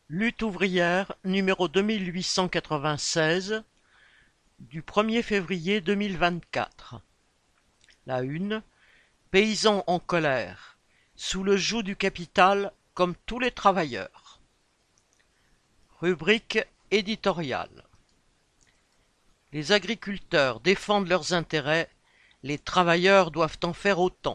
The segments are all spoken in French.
Lutte ouvrière numéro 2896 du 1er février 2024. La une. Paysans en colère, sous le joug du capital comme tous les travailleurs. Rubrique éditoriale. Les agriculteurs défendent leurs intérêts, les travailleurs doivent en faire autant.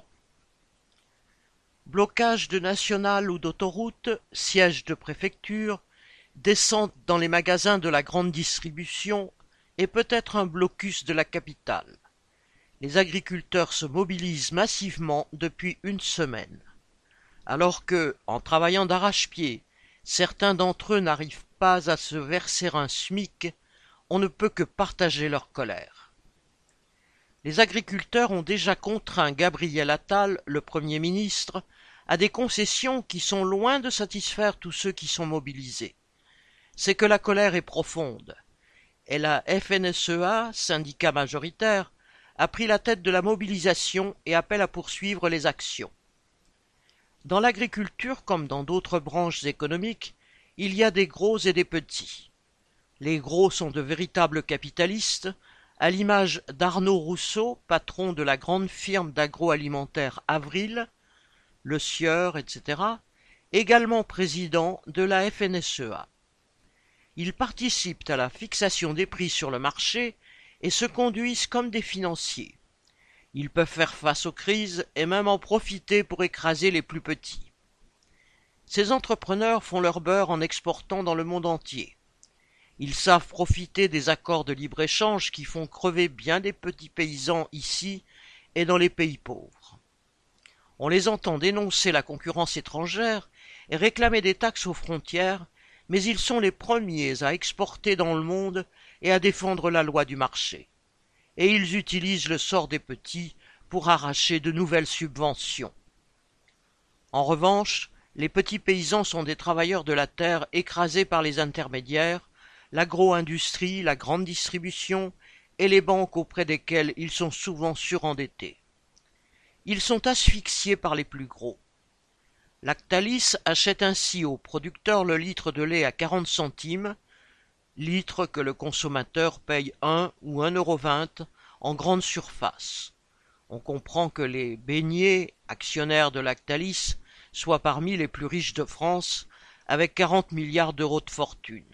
Blocage de nationales ou d'autoroutes, sièges de préfecture, descente dans les magasins de la grande distribution et peut-être un blocus de la capitale. Les agriculteurs se mobilisent massivement depuis une semaine. Alors que, en travaillant d'arrache-pied, certains d'entre eux n'arrivent pas à se verser un SMIC, on ne peut que partager leur colère. Les agriculteurs ont déjà contraint Gabriel Attal, le Premier ministre, à des concessions qui sont loin de satisfaire tous ceux qui sont mobilisés. C'est que la colère est profonde. Et la FNSEA, syndicat majoritaire, a pris la tête de la mobilisation et appelle à poursuivre les actions. Dans l'agriculture, comme dans d'autres branches économiques, il y a des gros et des petits. Les gros sont de véritables capitalistes, à l'image d'Arnaud Rousseau, patron de la grande firme d'agroalimentaire Avril, Le Sieur, etc., également président de la FNSEA. Ils participent à la fixation des prix sur le marché et se conduisent comme des financiers. Ils peuvent faire face aux crises et même en profiter pour écraser les plus petits. Ces entrepreneurs font leur beurre en exportant dans le monde entier. Ils savent profiter des accords de libre-échange qui font crever bien des petits paysans ici et dans les pays pauvres. On les entend dénoncer la concurrence étrangère et réclamer des taxes aux frontières, mais ils sont les premiers à exporter dans le monde et à défendre la loi du marché. Et ils utilisent le sort des petits pour arracher de nouvelles subventions. En revanche, les petits paysans sont des travailleurs de la terre écrasés par les intermédiaires, l'agro-industrie, la grande distribution et les banques auprès desquelles ils sont souvent surendettés. Ils sont asphyxiés par les plus gros. Lactalis achète ainsi aux producteurs le litre de lait à 40 centimes, litre que le consommateur paye 1 ou 1,20 € en grande surface. On comprend que les beignets, actionnaires de Lactalis, soient parmi les plus riches de France, avec 40 milliards d'euros de fortune.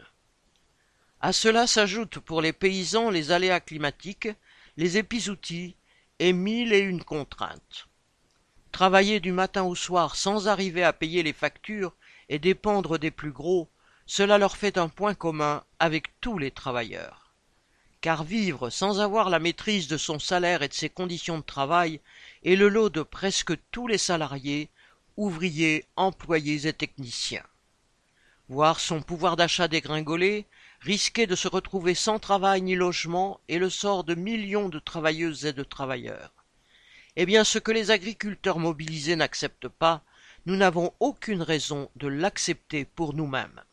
À cela s'ajoutent pour les paysans les aléas climatiques, les épizooties et 1001 contraintes. Travailler du matin au soir sans arriver à payer les factures et dépendre des plus gros, cela leur fait un point commun avec tous les travailleurs. Car vivre sans avoir la maîtrise de son salaire et de ses conditions de travail est le lot de presque tous les salariés, ouvriers, employés et techniciens. Voir son pouvoir d'achat dégringoler, risquer de se retrouver sans travail ni logement est le sort de millions de travailleuses et de travailleurs. Eh bien, ce que les agriculteurs mobilisés n'acceptent pas, nous n'avons aucune raison de l'accepter pour nous-mêmes.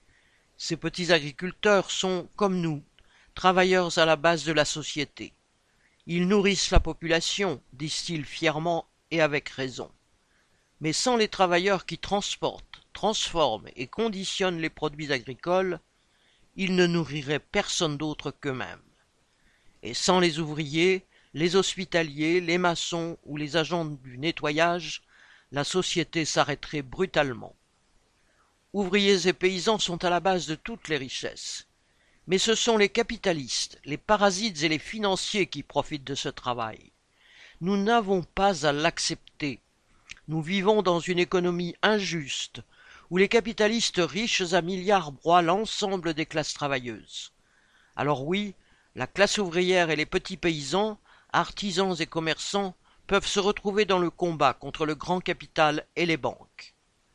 Ces petits agriculteurs sont, comme nous, travailleurs à la base de la société. Ils nourrissent la population, disent-ils fièrement et avec raison. Mais sans les travailleurs qui transportent, transforment et conditionnent les produits agricoles, ils ne nourriraient personne d'autre qu'eux-mêmes. Et sans les ouvriers, les hospitaliers, les maçons ou les agents du nettoyage, la société s'arrêterait brutalement. Ouvriers et paysans sont à la base de toutes les richesses. Mais ce sont les capitalistes, les parasites et les financiers qui profitent de ce travail. Nous n'avons pas à l'accepter. Nous vivons dans une économie injuste, où les capitalistes riches à milliards broient l'ensemble des classes travailleuses. Alors oui, la classe ouvrière et les petits paysans, artisans et commerçants, peuvent se retrouver dans le combat contre le grand capital et les banques.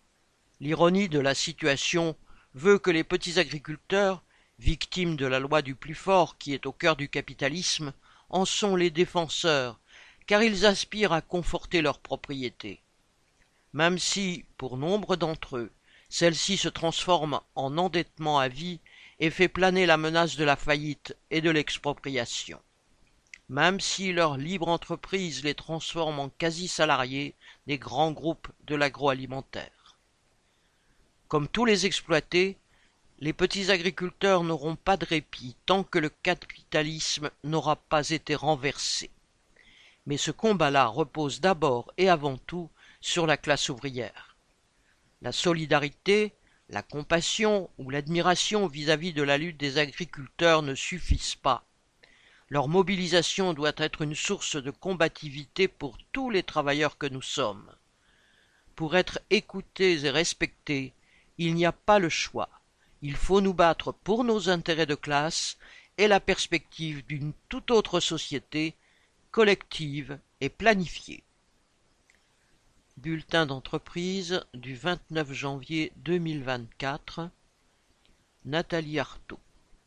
L'ironie de la situation veut que les petits agriculteurs, victimes de la loi du plus fort qui est au cœur du capitalisme, en sont les défenseurs, car ils aspirent à conforter leur propriété. Même si, pour nombre d'entre eux, celle-ci se transforme en endettement à vie et fait planer la menace de la faillite et de l'expropriation. Même si leur libre entreprise les transforme en quasi-salariés des grands groupes de l'agroalimentaire. Comme tous les exploités, Les petits agriculteurs n'auront pas de répit tant que le capitalisme n'aura pas été renversé. Mais ce combat-là repose d'abord et avant tout sur la classe ouvrière. La solidarité, la compassion ou l'admiration vis-à-vis de la lutte des agriculteurs ne suffisent pas. Leur mobilisation doit être une source de combativité pour tous les travailleurs que nous sommes. Pour être écoutés et respectés, il n'y a pas le choix. Il faut nous battre pour nos intérêts de classe et la perspective d'une toute autre société, collective et planifiée. Bulletin d'entreprise du 29 janvier 2024, Nathalie Arthaud.